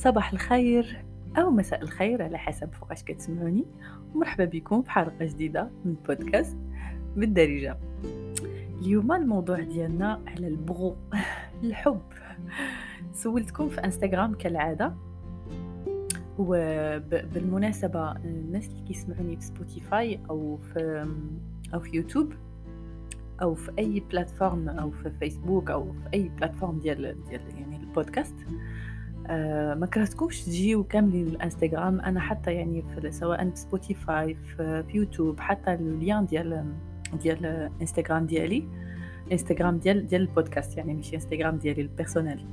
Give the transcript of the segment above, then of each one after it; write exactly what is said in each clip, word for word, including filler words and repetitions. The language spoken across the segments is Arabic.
صباح الخير أو مساء الخير على حسب فوقاش كتسمعوني، ومرحبا بكم في حلقة جديدة من بودكاست بالدارجة. اليوم الموضوع ديالنا على البغو الحب. سولتكم في انستغرام كالعادة، وبالمناسبة الناس اللي كيسمعوني في سبوتيفاي أو في أو في يوتيوب أو في أي بلاتفورم أو في فيسبوك أو في أي بلاتفورم ديال ديال يعني البودكاست، آه ما كرهتكمش تجيو كاملين الانستغرام. انا حتى يعني في سواء في سبوتيفاي في, في يوتيوب، حتى اللين ديال ديال انستغرام ديالي، انستغرام ديال ديال البودكاست، يعني ماشي انستغرام ديالي البيرسونيل.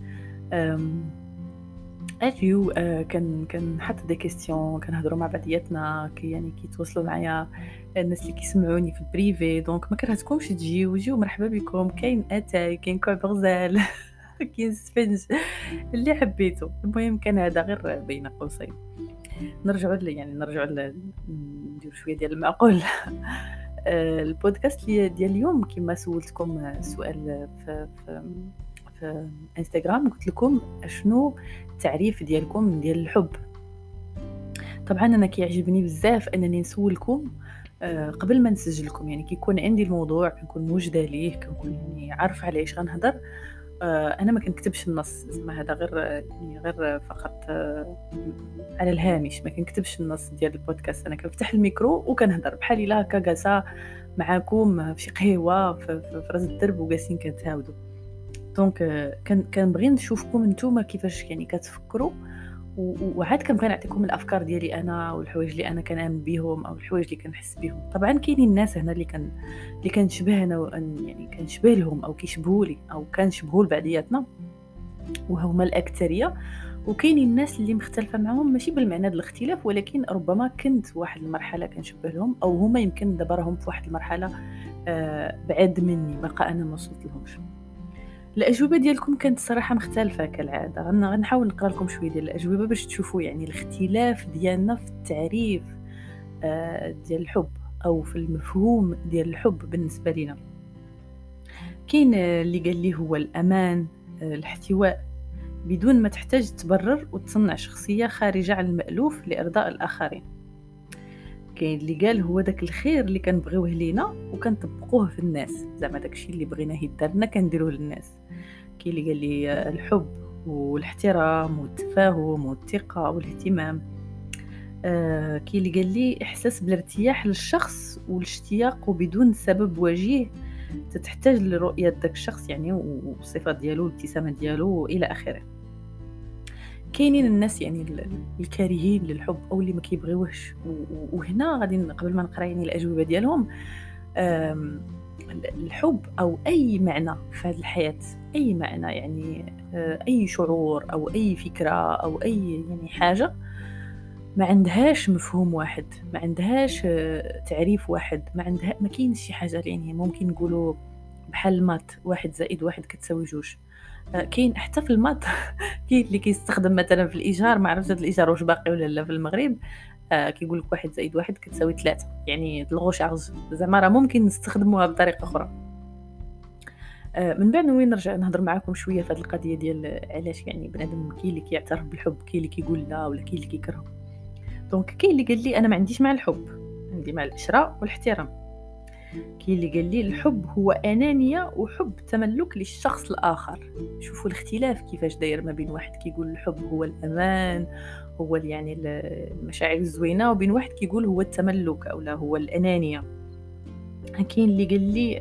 اجيو آه كان كان حتى دي كيستيون كنهضروا مع بعضياتنا، كي يعني كيتواصلوا معايا الناس اللي كيسمعوني في البريفي. دونك ما كرهتكمش تجيو، جيو مرحبا بكم. كاين اتاي، كاين كعب غزال كاين سفنج، اللي حبيته. المهم كان هذا غير بين قوسين. نرجعوا ل يعني نرجعوا نديروا شويه ديال المعقول. البودكاست ديال اليوم كما سولتكم سؤال في في في انستغرام، قلت لكم شنو التعريف ديالكم ديال الحب. طبعا انا كيعجبني بزاف انني نسولكم قبل ما نسجلكم، يعني كيكون عندي الموضوع كنكون موجده ليه، كنكون يعني عارفه على ايش غنهضر. انا ما كنكتبش النص، زعما هذا غير يعني غير فقط على الهامش، ما كنكتبش النص ديال البودكاست. انا كنفتح الميكرو وكنهضر بحال الا هكا جالسه معاكم في شي قهوه في, في, في راس الدرب وجالسين كنتهاودوا. دونك كان كنبغي نشوفكم نتوما كيفاش يعني كتفكروا، وعاد كنبغي نعطيكم الافكار ديالي انا والحوايج اللي انا كنامن بهم او الحوايج اللي كنحس بهم. طبعا كاينين الناس هنا اللي كان اللي كنشبه انا وان يعني كنشبه لهم او كيشبهوا لي او كنشبهوا لبعضياتنا، وهما الاكثريه. وكاينين الناس اللي مختلفه معهم، ماشي بالمعنى ديال الاختلاف، ولكن ربما كنت واحد المرحله كنشبه لهم، او هما يمكن دابا راهم في واحد المرحله آه بعد مني باقا انا ما وصلت لهمش. الاجوبه ديالكم كانت صراحه مختلفه كالعاده. غنحاول نقرا لكم شويه ديال الاجوبه باش تشوفوا يعني الاختلاف ديالنا في التعريف آه ديال الحب او في المفهوم ديال الحب بالنسبه لنا. كاين اللي قال لي هو الامان، آه الاحتواء بدون ما تحتاج تبرر وتصنع شخصيه خارجه عن المألوف لارضاء الاخرين. كاين اللي قال هو داك الخير اللي كنبغيوه لينا وكنطبقوه في الناس، زعما داكشي اللي بغيناه يدار لنا كنديروه للناس. كاين اللي قال لي الحب والاحترام والتفاهم والثقه والاهتمام. آه كاين اللي قال لي احساس بالارتياح للشخص والاشتياق وبدون سبب وجيه تتحتاج لرؤيه داك الشخص يعني والصفات ديالو والابتسامه ديالو الى اخره. كاينين الناس يعني الكارهين للحب او اللي ما كيبغيوهش، وهنا غادي قبل ما نقرا يعني الاجوبه ديالهم. الحب او اي معنى في هذه الحياه، اي معنى يعني اي شعور او اي فكره او اي يعني حاجه، ما عندهاش مفهوم واحد، ما عندهاش تعريف واحد، ما عندها ما كاينش شي حاجه يعني ممكن نقولوا بحال المات واحد زائد واحد كتساوي جوج. كاين حتى في المات كاين اللي كيستخدم مثلا في الايجار، ما عرفتش هذا الايجار واش باقي ولا لا في المغرب. آه كيقول لك واحد زائد واحد كتساوي ثلاثة، يعني تلغوش عرض، زعما راه ممكن نستخدموها بطريقه اخرى. آه من بعد وين نرجع نهضر معكم شويه في هذه القضيه ديال علاش يعني بنادم كاين اللي كيعترف بالحب، كاين اللي كيقول لا، ولا كاين اللي كيكره. دونك كاين اللي قال لي انا ما عنديش مع الحب، عندي مع الاشراء والاحترام. كاين اللي قال لي الحب هو انانيه وحب تملك للشخص الاخر. شوفوا الاختلاف كيفاش داير ما بين واحد كيقول الحب هو الامان، هو يعني المشاعر الزوينه، وبين واحد كيقول هو التملك او لا هو الانانيه. كاين اللي قال لي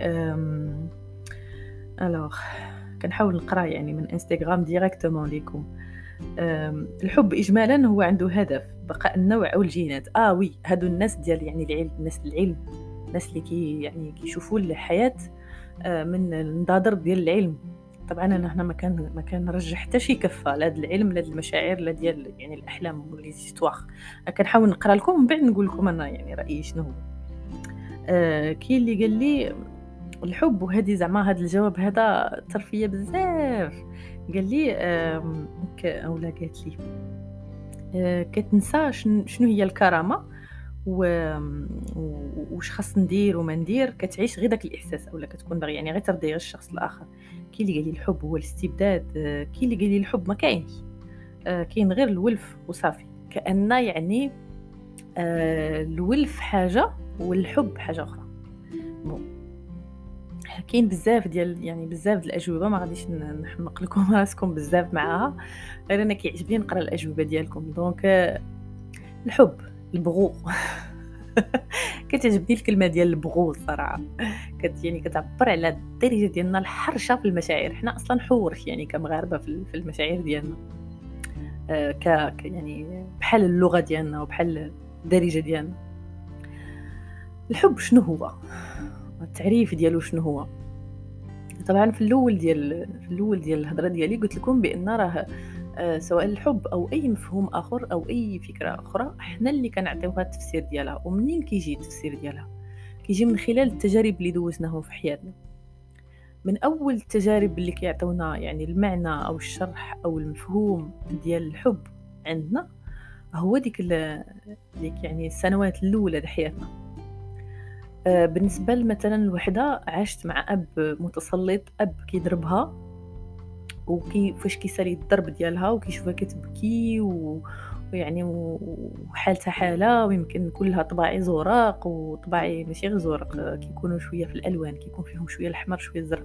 الوغ كنحاول نقرا يعني من انستغرام ديريكتومون ليكم. الحب اجمالا هو عنده هدف بقاء النوع او الجينات. اه وي هادو الناس ديال يعني العلم، الناس العلم، الناس اللي كي يعني كيشوفوا الحياه من النظر ديال العلم. طبعا انا هنا ما كان ما كان نرجح حتى شي كفه، لا ديال العلم لا ديال المشاعر لا ديال يعني الاحلام ولي زيستوار. كنحاول نقرا لكم ومن بعد نقول لكم انا يعني رايي شنو هو. آه كاين اللي قال لي الحب، وهذه زعما هذا الجواب هذا طرفيه بزاف. قال لي اولا قالت لي آه كتنسى شنو هي الكرامه وواش خاص ندير وما ندير، كتعيش غير داك الاحساس، اولا كتكون باغي يعني غير ترضي غير الشخص الاخر. كاين اللي قال لي الحب هو الاستبداد. كاين اللي قال لي الحب ما كاينش، آآ كاين غير الولف وصافي، كأن يعني آآ الولف حاجة والحب حاجة أخرى. بون كاين بزاف ديال يعني بزاف د الأجوبة، ما غاديش ن نحمق لكم راسكم بزاف معاها، غير أنا كيعجبني نقرا الأجوبة ديالكم. دونك آه، الحب، البغو كتعجبني الكلمة ديال البغو الصراحة، كت يعني كتعبّر على الدارجة ديالنا الحرشة في المشاعر. حنا أصلًا حُور يعني كمغاربة في ال في المشاعر ديالنا، آآ ك ك يعني بحال اللغة ديالنا وبحال الدارجة ديالنا. الحب شنو هو؟ التعريف ديالو شنو هو؟ طبعًا في الأول ديال في الأول ديال الهضرة ديالي قُلت لكم بأن راه آآ سواء الحب أو أي مفهوم آخر أو أي فكرة أخرى، حنا اللي كنعطيوها التفسير ديالها. ومنين كيجي التفسير ديالها؟ كيجي من خلال التجارب اللي دوزناهم في حياتنا. من أول التجارب اللي كيعطيونا يعني المعنى أو الشرح أو المفهوم ديال الحب عندنا، هو ديك ال ديك يعني السنوات الأولى د حياتنا. آآ بالنسبة ل مثلًا الوحدة عاشت مع أب متسلط، أب كيضربها وكي فاش كيسالي الضرب ديالها وكيشوفها كتبكي و ويعني و- وحالتها حالة، ويمكن كلها طباعي زرق وطباعي ماشي غير زرق، كيكونوا شوية في الألوان، كيكون فيهم شوية الأحمر شوية الزرق.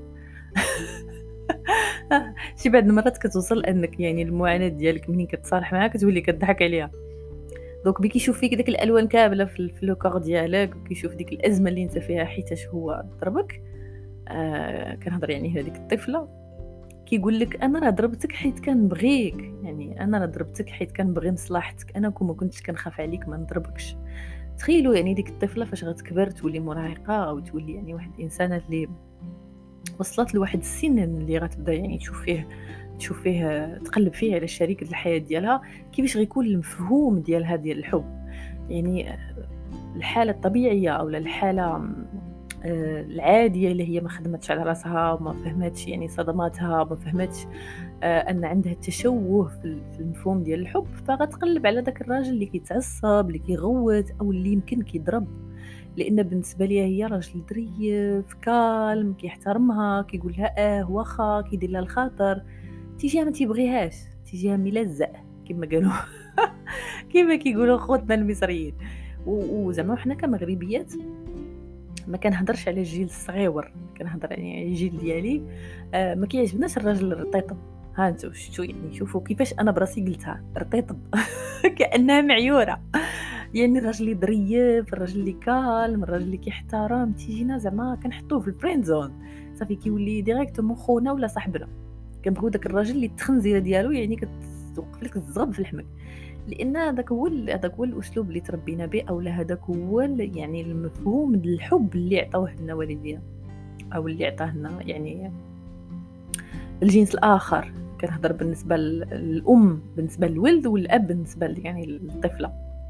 شي بعد المرات كتوصل أنك يعني المعاناة ديالك منين كتصالح معاها كتولي كتضحك عليها. دونك بي كيشوف فيك داك الالوان كامله في في لوكار ديالك، وكيشوف ديك الازمه اللي انت فيها حيتاش هو ضربك. آه كنهضر يعني هذيك الطفله كيقول لك انا راه ضربتك حيت كنبغيك، يعني انا راه ضربتك حيت كنبغي مصلحتك، انا كون ما كنتش كنخاف عليك ما نضربكش. تخيلوا يعني ديك الطفله فاش غتكبر تولي مراهقه او تولي يعني واحد الانسانه اللي وصلت لواحد السن اللي غتبدا يعني تشوف فيه تشوف فيه تقلب فيه على شريكة الحياة ديالها، كيفاش غيكون المفهوم ديالها ديال الحب. يعني الحالة الطبيعية أو الحالة آه، العادية اللي هي ما خدمتش على راسها وما فهمتش يعني صدماتها، ما فهمتش آه، أن عندها تشوه في في المفهوم ديال الحب، فغتقلب على داك الراجل اللي كيتعصب، اللي كيغوت أو اللي يمكن كيضرب. لان بالنسبه ليا هي راجل ظريف كالم كيحترمها، كيقول لها اه واخا، كيدير لها الخاطر. تيجيها ما تيبغيهاش، تيجيها ملزق كما قالوا كما كيقولوا خوتنا المصريين. وزعما حنا كمغربيات ما كنهضرش على الجيل الصغيور، كنهضر يعني على الجيل ديالي. آه ما كيعجبناش الراجل الرطيطب. ها انتو شفتوا يعني، شوفوا كيفاش انا براسي قلتها رطيطب كانها معيوره. يعني الراجل اللي ظريف، الراجل اللي كالم، الراجل اللي كيحترم، تيجينا زعما كنحطوه في الفريند زون، صافي كيولي ديريكتومون خونا ولا صاحبنا. كنبغيو داك الراجل اللي التخنزيره ديالو يعني كتوقف لك الزغب في الحمل، لان هذاك هو هذاك هو الاسلوب اللي تربينا به، او هذاك هو يعني المفهوم ديال الحب اللي عطاوه لنا والدينا او اللي عطاه لنا يعني الجنس الاخر. كنهضر بالنسبه للام بالنسبه للولد، والاب بالنسبه يعني للطفله.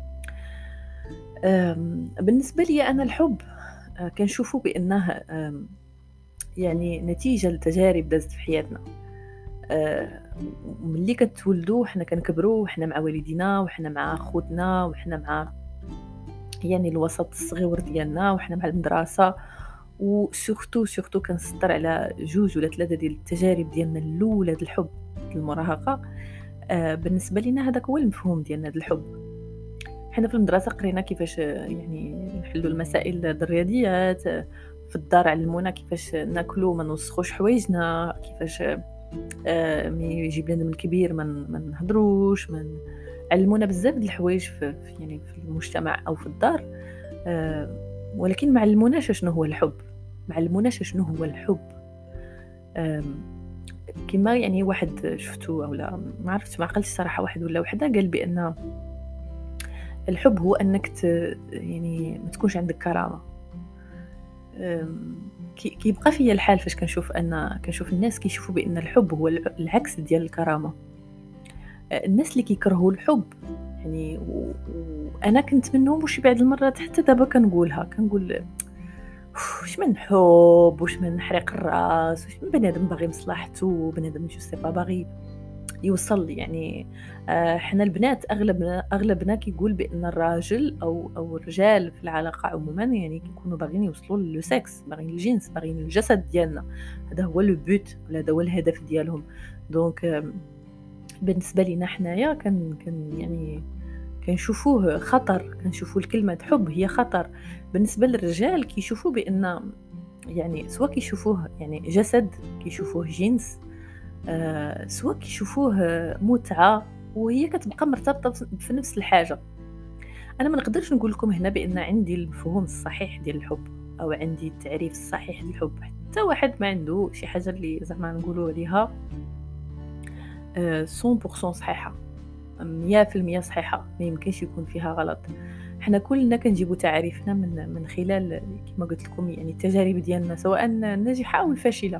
بالنسبه لي انا الحب كنشوفه بانه يعني نتيجه لتجارب دازت في حياتنا. ملي كتولدوا حنا كنكبروا وحنا مع والدينا وحنا مع خوتنا وحنا مع يعني الوسط الصغير ديالنا وحنا مع المدرسه، وسورتو سورتو كنسطر على جوج ولا ثلاثه ديال التجارب ديالنا الاولى د الحب المراهقه. آه بالنسبه لينا هذاك هو المفهوم ديالنا د الحب. حنا في المدرسه قرينا كيفاش يعني نحلوا المسائل الرياضيات، في الدار علمونا كيفاش ناكلوا ما نوسخوش حوايجنا، كيفاش آه ملي يجيب لنا من كبير ما من نهضروش، من علمونا بزاف د الحوايج في يعني في المجتمع او في الدار. آه ولكن ما علموناش شنو هو الحب، ما علموناش شنو هو الحب. كما يعني واحد شفتو او لا ما عرفت، ما عقلتش صراحه، واحد ولا وحده قال بان الحب هو انك ت... يعني ما تكونش عندك كرامه. كيبقى فيا الحال فاش كنشوف ان كنشوف الناس كيشوفوا بان الحب هو العكس ديال الكرامه. الناس اللي كيكرهوا الحب يعني و... وانا كنت منهم، وشي بعض المرات حتى دابا كنقولها كنقول واش من حب، واش من حريق الراس، واش من بنادم باغي مصلحته، بنادم جو سي با باغي يوصل يعني. آه حنا البنات اغلبنا اغلبنا كيقول بان الراجل او او الرجال في العلاقه عموما يعني كيكونوا باغيين يوصلوا للو سكس، باغيين الجنس، باغيين الجسد ديالنا، هذا هو لو بوت ولا هذا هو الهدف ديالهم. دونك بالنسبة لينا حنايا كان كان يعني كنشوفوه خطر، كنشوفوا الكلمة حب هي خطر. بالنسبة للرجال كيشوفوا بأن يعني سوا كيشوفوه يعني جسد، كيشوفوه جنس، آه، سوا كيشوفوه متعة، وهي كتبقى مرتبطة في نفس الحاجة. أنا ما نقدرش نقول لكم هنا بأن عندي المفهوم الصحيح ديال الحب أو عندي التعريف الصحيح للحب. حتى واحد ما عنده شي حاجة اللي زعما نقولوا عليها آه، مية بالمية صحيحة، مية في المية صحيحة، ما يمكنش يكون فيها غلط. حنا كلنا كنجيبوا تعريفنا من من خلال كما قلت لكم يعني التجارب ديالنا سواء الناجحة أو الفاشلة.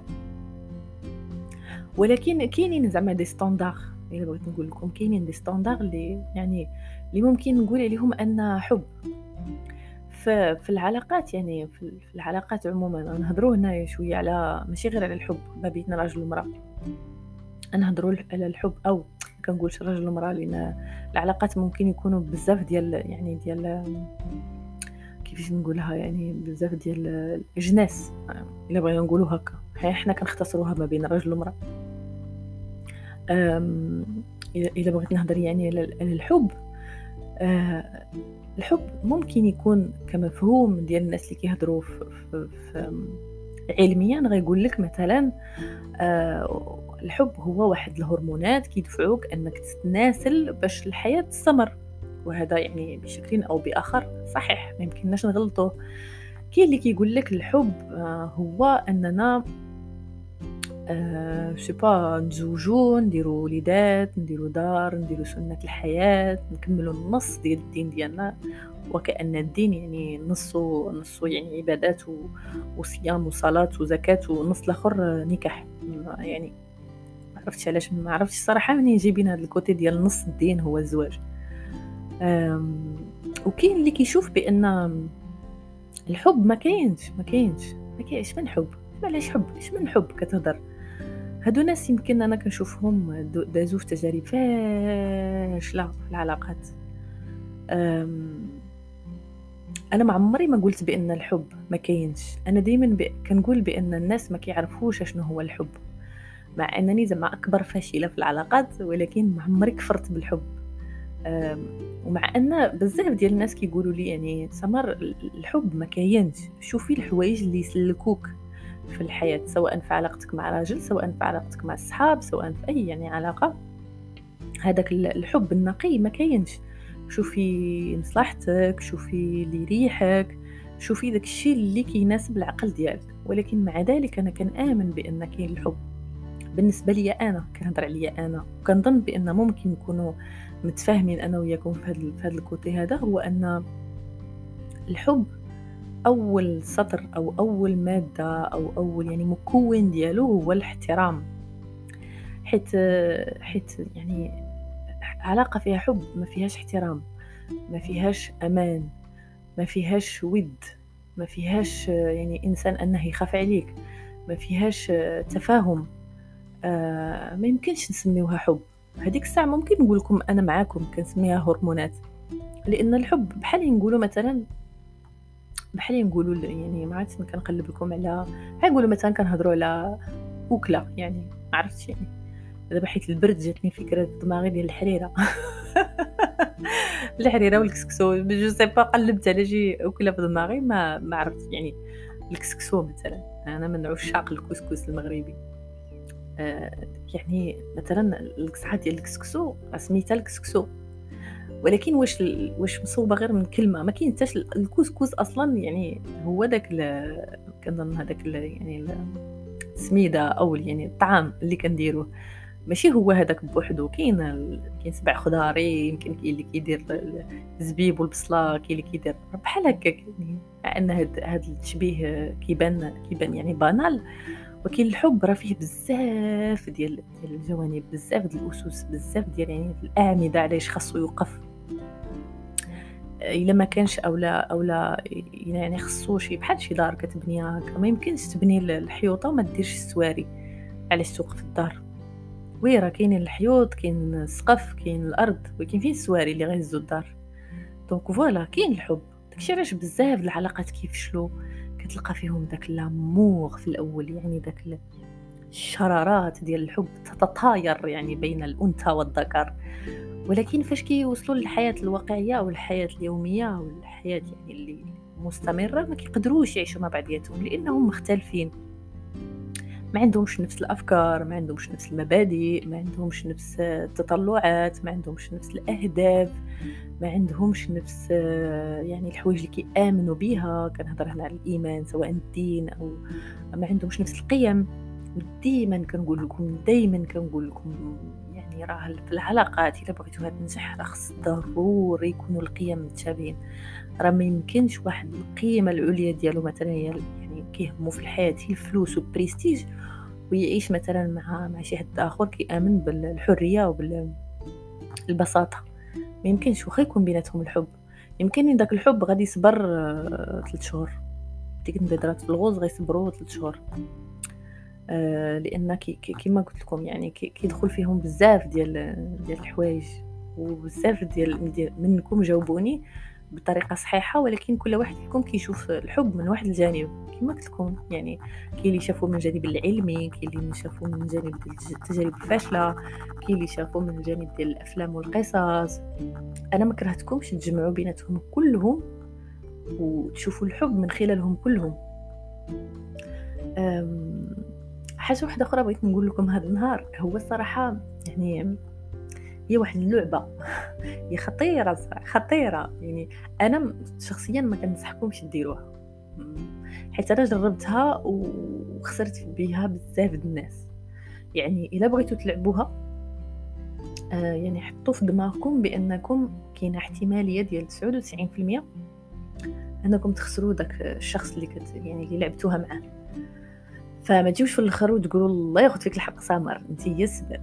ولكن كاينين زعما دي ستاندار، الا بغيت نقول لكم كاينين دي ستاندار اللي يعني اللي ممكن نقول عليهم ان حب في في العلاقات، يعني في في العلاقات عموما. نهضروا هنا شويه على ماشي غير على الحب ما بين راجل ومراه، نهضروا على الحب او كنقولش راجل ومراه لان العلاقات ممكن يكونوا بزاف ديال يعني ديال كيفاش نقولها يعني بزاف ديال الاجناس الا بغينا نقولوا هكا، حنا كنختصروها ما بين راجل ومراه. إذا بغيت نهضر يعني على الحب، أه الحب ممكن يكون كمفهوم ديال الناس اللي كيهضروا في, في, في علميا غيقول لك مثلا أه الحب هو واحد الهرمونات كيدفعوك انك تتناسل باش الحياه تستمر، وهذا يعني بشكل او باخر صحيح، ما يمكنناش نغلطوه. كاين اللي كيقول لك الحب أه هو اننا أه شي با نتزوجوا، نديروا وليدات، نديروا دار، نديروا سنة الحياة، نكملوا النص ديال الدين ديالنا، وكأن الدين يعني نصه نصه يعني عبادات وصيام وصلاة وزكاة، والنص الاخر نكاح. يعني ما عرفتش علاش، ما عرفتش الصراحه منين جايبين هذا الكوتي ديال نص الدين هو الزواج. وكاين اللي كيشوف بان الحب ما كاينش ما كاينش ما كاينش من حب، علاش حب؟ اش من حب كتهضر؟ هادو ناس يمكن انا كنشوفهم دازو في تجارب فاشله في العلاقات. انا ما عمري ما قلت بان الحب ما كاينش، انا دائما ب... كنقول بان الناس ما كيعرفوش شنو هو الحب، مع انني زعما اكبر فاشله في العلاقات، ولكن ما عمري كفرت بالحب. ومع ان بزاف ديال الناس كيقولوا لي يعني سمر الحب ما كاينش، شوفي الحوايج اللي يسلكوك في الحياة، سواء في علاقتك مع راجل، سواء في علاقتك مع الصحاب، سواء في أي يعني علاقة، هذاك الحب النقي ما كاينش. شوفي مصلحتك، شوفي اللي يريحك، شوفي داك الشيء اللي كيناسب العقل ديالك. ولكن مع ذلك أنا كنآمن بأن كاين الحب. بالنسبة لي أنا كنهضر عليا أنا، وكنظن بأن ممكن نكونوا متفاهمين أنا وياكم في هذا في هذا الكوتي هذا، هو أن الحب أول سطر أو أول مادة أو أول يعني مكون ديالو هو الاحترام. حيت حيت يعني علاقة فيها حب ما فيهاش احترام، ما فيهاش أمان، ما فيهاش ود، ما فيهاش يعني إنسان أنه يخاف عليك، ما فيهاش تفاهم، آه ما يمكنش نسميوها حب. هذيك الساعة ممكن نقول لكم أنا معاكم كنسميها هرمونات، لأن الحب بحال نقولوا مثلا بحال نقولوا يعني ما عرفتش كنقلب لكم على بحال نقولوا مثلا كنهضروا على أكلة، يعني ما عرفتش يعني دابا حيت البرد جاتني فكره في دماغي ديال الحريره الحريره والكسكسو، جو سي با قلبت على شي أكلة في دماغي ما ما عرفت يعني الكسكسو مثلا. انا من عشاق الكسكس المغربي، آه يعني مثلا القصعه ديال الكسكسو سميتها الكسكسو، ولكن واش واش مصوبه غير من كلمه؟ ما كاين حتى الكسكس اصلا، يعني هو داك كنظن هذاك يعني السميده او يعني الطعام اللي كنديروه ماشي هو هذاك بوحدو. كاين كاين سبع خضاري، يمكن كاين اللي كيدير الزبيب والبصله، كاين اللي كيدير بحال هكاك، يعني مع ان هذا هذا التشبيه كيبان كيبان يعني بانال، ولكن الحب راه فيه بزاف ديال ديال الجوانب، بزاف ديال الاسس، بزاف ديال يعني الاعمده علاش خاصو يوقف. الا ما كانش اولا اولا يعني خصو شي بحال شي دار كتبنيها هكا، ما يمكنش تبني الحيوطه وما ديرش السواري علاش توقف الدار. وي راه كاينين الحيوط، كاين السقف، كاين الارض، ولكن فين السواري اللي غيهزوا الدار؟ دونك فوالا كاين الحب. داكشي علاش بزاف العلاقات كيفشلوا، كتلقى فيهم داك لامور في الاول، يعني داك الشرارات ديال الحب تتطاير يعني بين الأنثى والذكر. ولكن فاش كيوصلوا للحياة الواقعية أو الحياة اليومية أو الحياة يعني اللي مستمرة، ما كيقدروش يعيشوا مع بعضياتهم لأنهم مختلفين، ما عندهمش نفس الأفكار، ما عندهمش نفس المبادئ، ما عندهمش نفس التطلعات، ما عندهمش نفس الأهداف، ما عندهمش نفس آه، يعني الحوايج اللي كيآمنوا بها. كنهضر هنا على الإيمان سواء الدين أو ما عندهمش نفس القيم. وديما كنقول لكم دايما كنقول لكم يعني راه في العلاقات الا بغيتوها تنجح راه خص ضروري يكونوا القيم متشابهين. راه ما يمكنش واحد القيمه العليا ديالو مثلا هي يعني كيهمو في الحياه هي الفلوس والبريستيج، ويعيش مثلا مع مع شي حد اخر كيامن بالحريه وبالبساطه. ما يمكنش، واخا يكون بيناتهم الحب يمكن ان داك الحب غادي يصبر ثلاث شهور، ديك النضرات في الغوز غيصبروا ثلاث شهور. آه لان كي كيما قلت لكم يعني كيدخل كي فيهم بزاف ديال ديال الحوايج، وبزاف ديال, ديال منكم جاوبوني بطريقه صحيحه، ولكن كل واحد فيكم كيشوف الحب من واحد الجانب. كما قلت لكم يعني كاين اللي شافوه من الجانب العلمي، كاين اللي شافوه من الجانب ديال التجارب الفاشله، كاين اللي شافوه من الجانب ديال الافلام والقصص. انا ما كرهتكمش تجمعوا بيناتهم كلهم وتشوفوا الحب من خلالهم كلهم. حاجه واحده اخرى بغيت نقول لكم هذا النهار، هو الصراحه يعني هي واحد اللعبه هي خطيره صراحه خطيره. يعني انا شخصيا ما كنصحكمش ديروها، حيت انا جربتها وخسرت بها بزاف د الناس. يعني الا بغيتوا تلعبوها آه يعني حطوا في دماغكم بانكم كاينه احتماليه ديال تسعة وتسعين بالمئة انكم تخسروا داك الشخص اللي كت يعني اللي لعبتوها معاه. فما تجيوش في الاخر وتقولوا الله ياخذ فيك الحق سامر انت هي السبب.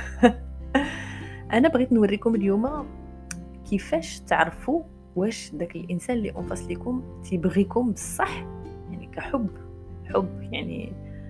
انا بغيت نوريكم اليوم كيفاش تعرفوا واش داك الانسان اللي انفاس لكم تيبغيكم بصح يعني كحب حب يعني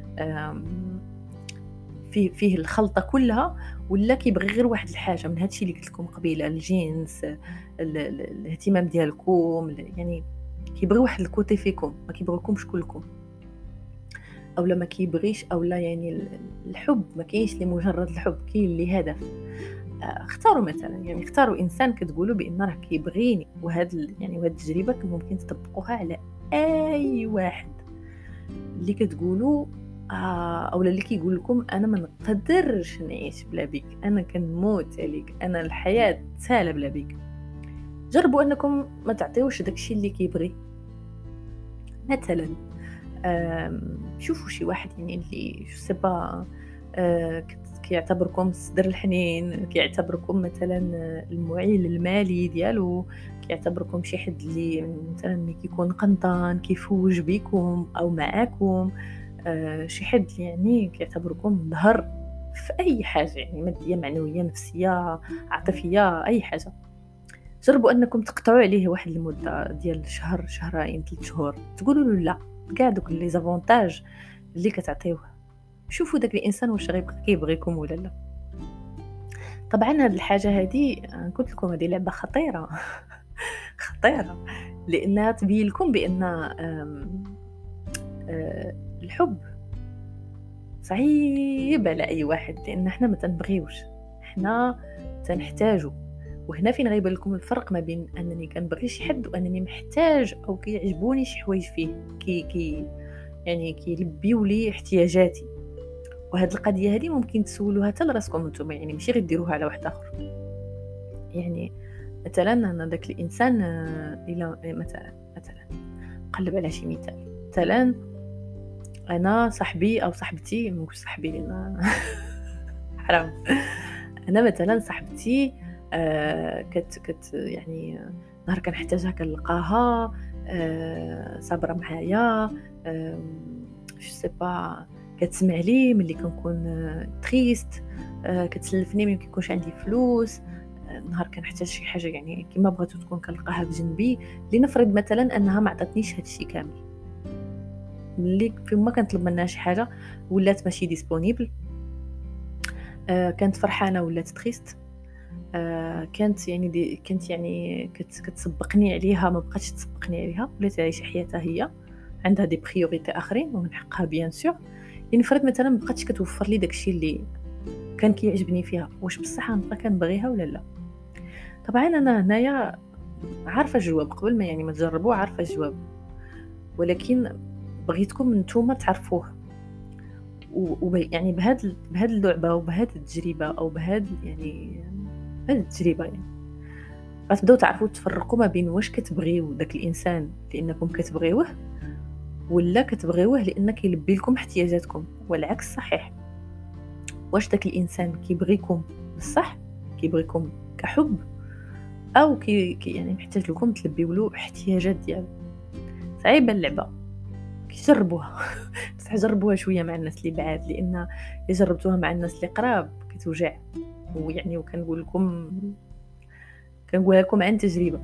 فيه فيه الخلطه كلها، ولا كيبغي غير واحد الحاجه من هادشي اللي قلت لكم قبيله، الجنس الاهتمام ديالكم، يعني كيبغي واحد الكوتي فيكم ما كيبغيكمش كلكم، او لا ما كيبغيش او لا. يعني الحب ما كاينش لمجرد الحب، كاين اللي هدف. اختاروا مثلا يعني اختاروا انسان كتقولوا بان راه كيبغيني، وهاد يعني وهاد التجربه ممكن تطبقوها على اي واحد اللي كتقولوا آه او اللي كيقول لكم انا ما نقدرش نعيش بلا بيك، انا كنموت عليك، انا الحياه سهله بلا بيك. جربوا انكم ما تعطيوش داكشي اللي كيبغي. مثلا شوفوا شي واحد يعني اللي جو سي با آه كيعتبركم صدر الحنين، كيعتبركم مثلا المعيل المالي ديالو، كيعتبركم شي حد اللي مثلا ملي كيكون قنطان كيفوج بكم او معاكم، آه شي حد يعني كيعتبركم ظهر في اي حاجه، يعني ماديه معنويه نفسيه عاطفيه اي حاجه. جربوا انكم تقطعوا عليه واحد المده ديال شهر شهرين ثلاث شهور، تقولوا له لا كاع دوك لي زافونتاج اللي كتعطيوه، شوفوا داك الانسان واش غيبقى كيبغيكم ولا لا. طبعا هاد الحاجه هذه قلت لكم هذه لعبه خطيره خطيره، لانها تبين لكم بان الحب صعيب على اي واحد، لان احنا ما تنبغيوش، احنا تنحتاجو. وهنا فين غيبان لكم الفرق ما بين انني كنبغي شي حد وانني محتاج او كيعجبوني شي حوايج فيه كي كي يعني كيلبيو لي احتياجاتي. وهاد القضيه هذه ممكن تسولوها حتى لراسكم نتوما، يعني ماشي غير ديروها على واحد اخر. يعني مثلا انا داك الانسان الى مثلا مثلا نقلب على شي مثال، مثلا انا صاحبي او صاحبتي، مش صاحبي لان حرام، انا مثلا صاحبتي آه كت كت يعني نهار كنحتاجها كنلقاها آه صابره معايا، آه جو سي با كتسمع لي ملي كنكون آه تريست، آه كتسلفني ملي كيكونش عندي فلوس، آه نهار كنحتاج شي حاجه يعني كما بغيتو تكون كنلقاها بجنبي. لنفرض مثلا انها ما عطاتنيش هادشي كامل، ملي فيما كنطلب منها شي حاجه ولات ماشي ديسپونيبل، آه كانت فرحانه ولات تريست، آه كانت يعني دي كانت يعني كت كتسبقني عليها ما بقاتش تسبقني عليها، ولات عايشه حياتها هي، عندها دي بريوريتي اخرين ومن حقها بيان سور. يعني فرض مثلا ما بقاتش كتوفر لي داكشي اللي كان كيعجبني فيها، واش بصح غنبقى كنبغيها ولا لا؟ طبعا انا هنايا عارفه الجواب قبل ما يعني ما تجربوه، عارفه الجواب، ولكن بغيتكم نتوما تعرفوه. و يعني بهاد بهاد اللعبه وبهاد التجربه او بهاد يعني بهاد التجربه يعني غتبداو تعرفوا تفرقوا ما بين واش كتبغيو داك الانسان لانكم كتبغيوه ولا كتبغيوه لان كيلبي لكم احتياجاتكم، والعكس صحيح. واش داك الانسان كيبغيكم بصح، كيبغيكم كحب، او كي يعني محتاج لكم تلبيو له احتياجات ديالو. صعيبه اللعبه، كيجربوها بصح جربوها شويه مع الناس اللي بعاد، لان جربتوها مع الناس اللي قراب كتوجع. ويعني وكنقول لكم كنقولها لكم عن تجربه.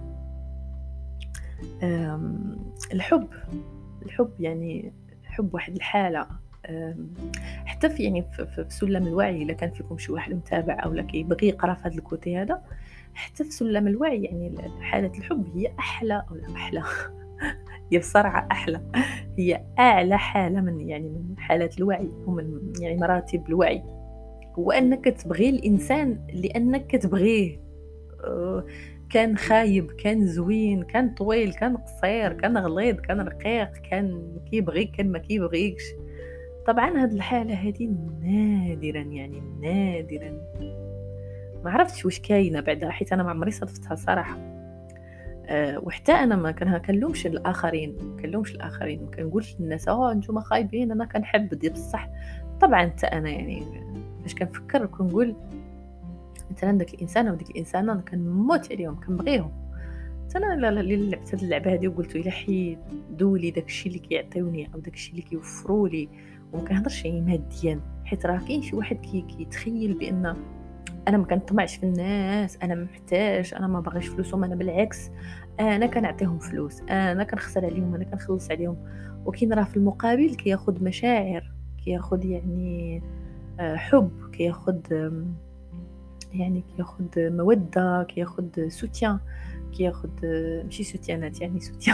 الحب الحب يعني حب واحد الحاله، حتى في يعني في, في سلم الوعي. الا كان فيكم شي واحد متابع او لا كيبغي يقرا في هذا الكوتي هذا، حتى في سلم الوعي يعني حاله الحب هي احلى او لا احلى هي بصراحه احلى، هي اعلى حاله من يعني من حالات الوعي ومن يعني مراتب الوعي. هو انك تبغي الانسان لانك كتبغيه، كان خايب، كان زوين، كان طويل، كان قصير، كان غليظ، كان رقيق، كان كيبغيك، كان ما كيبغيكش. طبعا هاد الحاله هذه نادرا يعني نادرا، ما عرفتش واش كاينه بعدا، حيت انا ما عمري صدفتها صراحه. أه وحتى انا ما كنلومش الاخرين كنلومش الاخرين ما كنقولش للناس اه نتوما خايبين انا كنحب دي بصح. طبعا حتى انا يعني فاش كنفكر كنقول مثلا داك الانسان او ديك الانسانه انا كنموت عليهم كنبغيهم. انا لا لا اللي لعبت هاد اللعبه هذه وقلت الا حيدوا لي داكشي اللي كيعطيوني او داكشي اللي كيوفروا لي، وما كنهضرش يعني ماديا، حيت راه كاين شي واحد كي كيتخيل بان انا ما كنطمعش في الناس، انا محتاج، انا ما باغيش فلوسهم، انا بالعكس انا كنعطيهم فلوس، انا كنخسر عليهم، انا كنخلص عليهم. وكاين راه في المقابل كياخذ مشاعر، كياخذ يعني حب، كياخذ يعني كياخذ موده، كياخذ سوتيان، كياخذ ماشي سوتيانات يعني سوتيان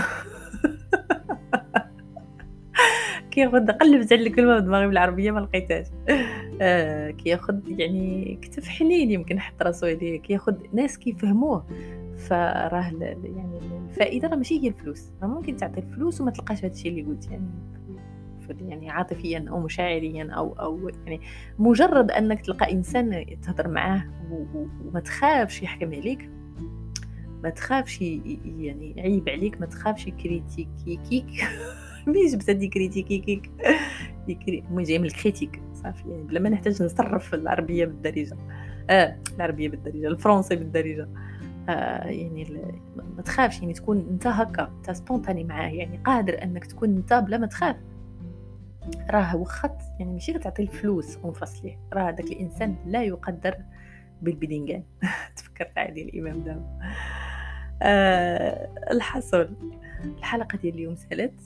كياخذ قلبت على الكلمه بدماغي بالعربيه ما لقيتهاش. آه كياخذ يعني كتف حنين يمكن حط راسو عليه، كياخذ ناس كيفهموه. فراه يعني الفائده راه ماشي هي الفلوس، راه ممكن تعطي الفلوس وما تلقاش هادشي اللي قلت يعني يعني عاطفيا او مشاعريا او او يعني مجرد انك تلقى انسان تهضر معاه وما تخافش يحكم عليك، ما تخافش يعني يعيب عليك، ما تخافش كريتيكيك ملي جبت هذه كريتيكيك مو جاي من الكريتيك صافي يعني بلا ما نحتاج نصرف العربيه بالدارجه، اه العربيه بالدارجه، الفرنسي بالدارجه. آه يعني ما تخافش يعني تكون انت هكا، انت سبونتاني معاه، يعني قادر انك تكون انت بلا ما تخاف. راه وخط يعني ماشي كتعطي الفلوس ونفصليه، راه داك الانسان لا يقدر بالبدنجان تفكرت عادي الامام دابا. آه الحصول الحلقه ديال اليوم سالت،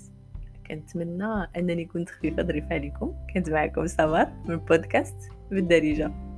كنتمنى انني كنت خفيفه ظريفه عليكم. كنت معكم سمر من بودكاست بالدارجه.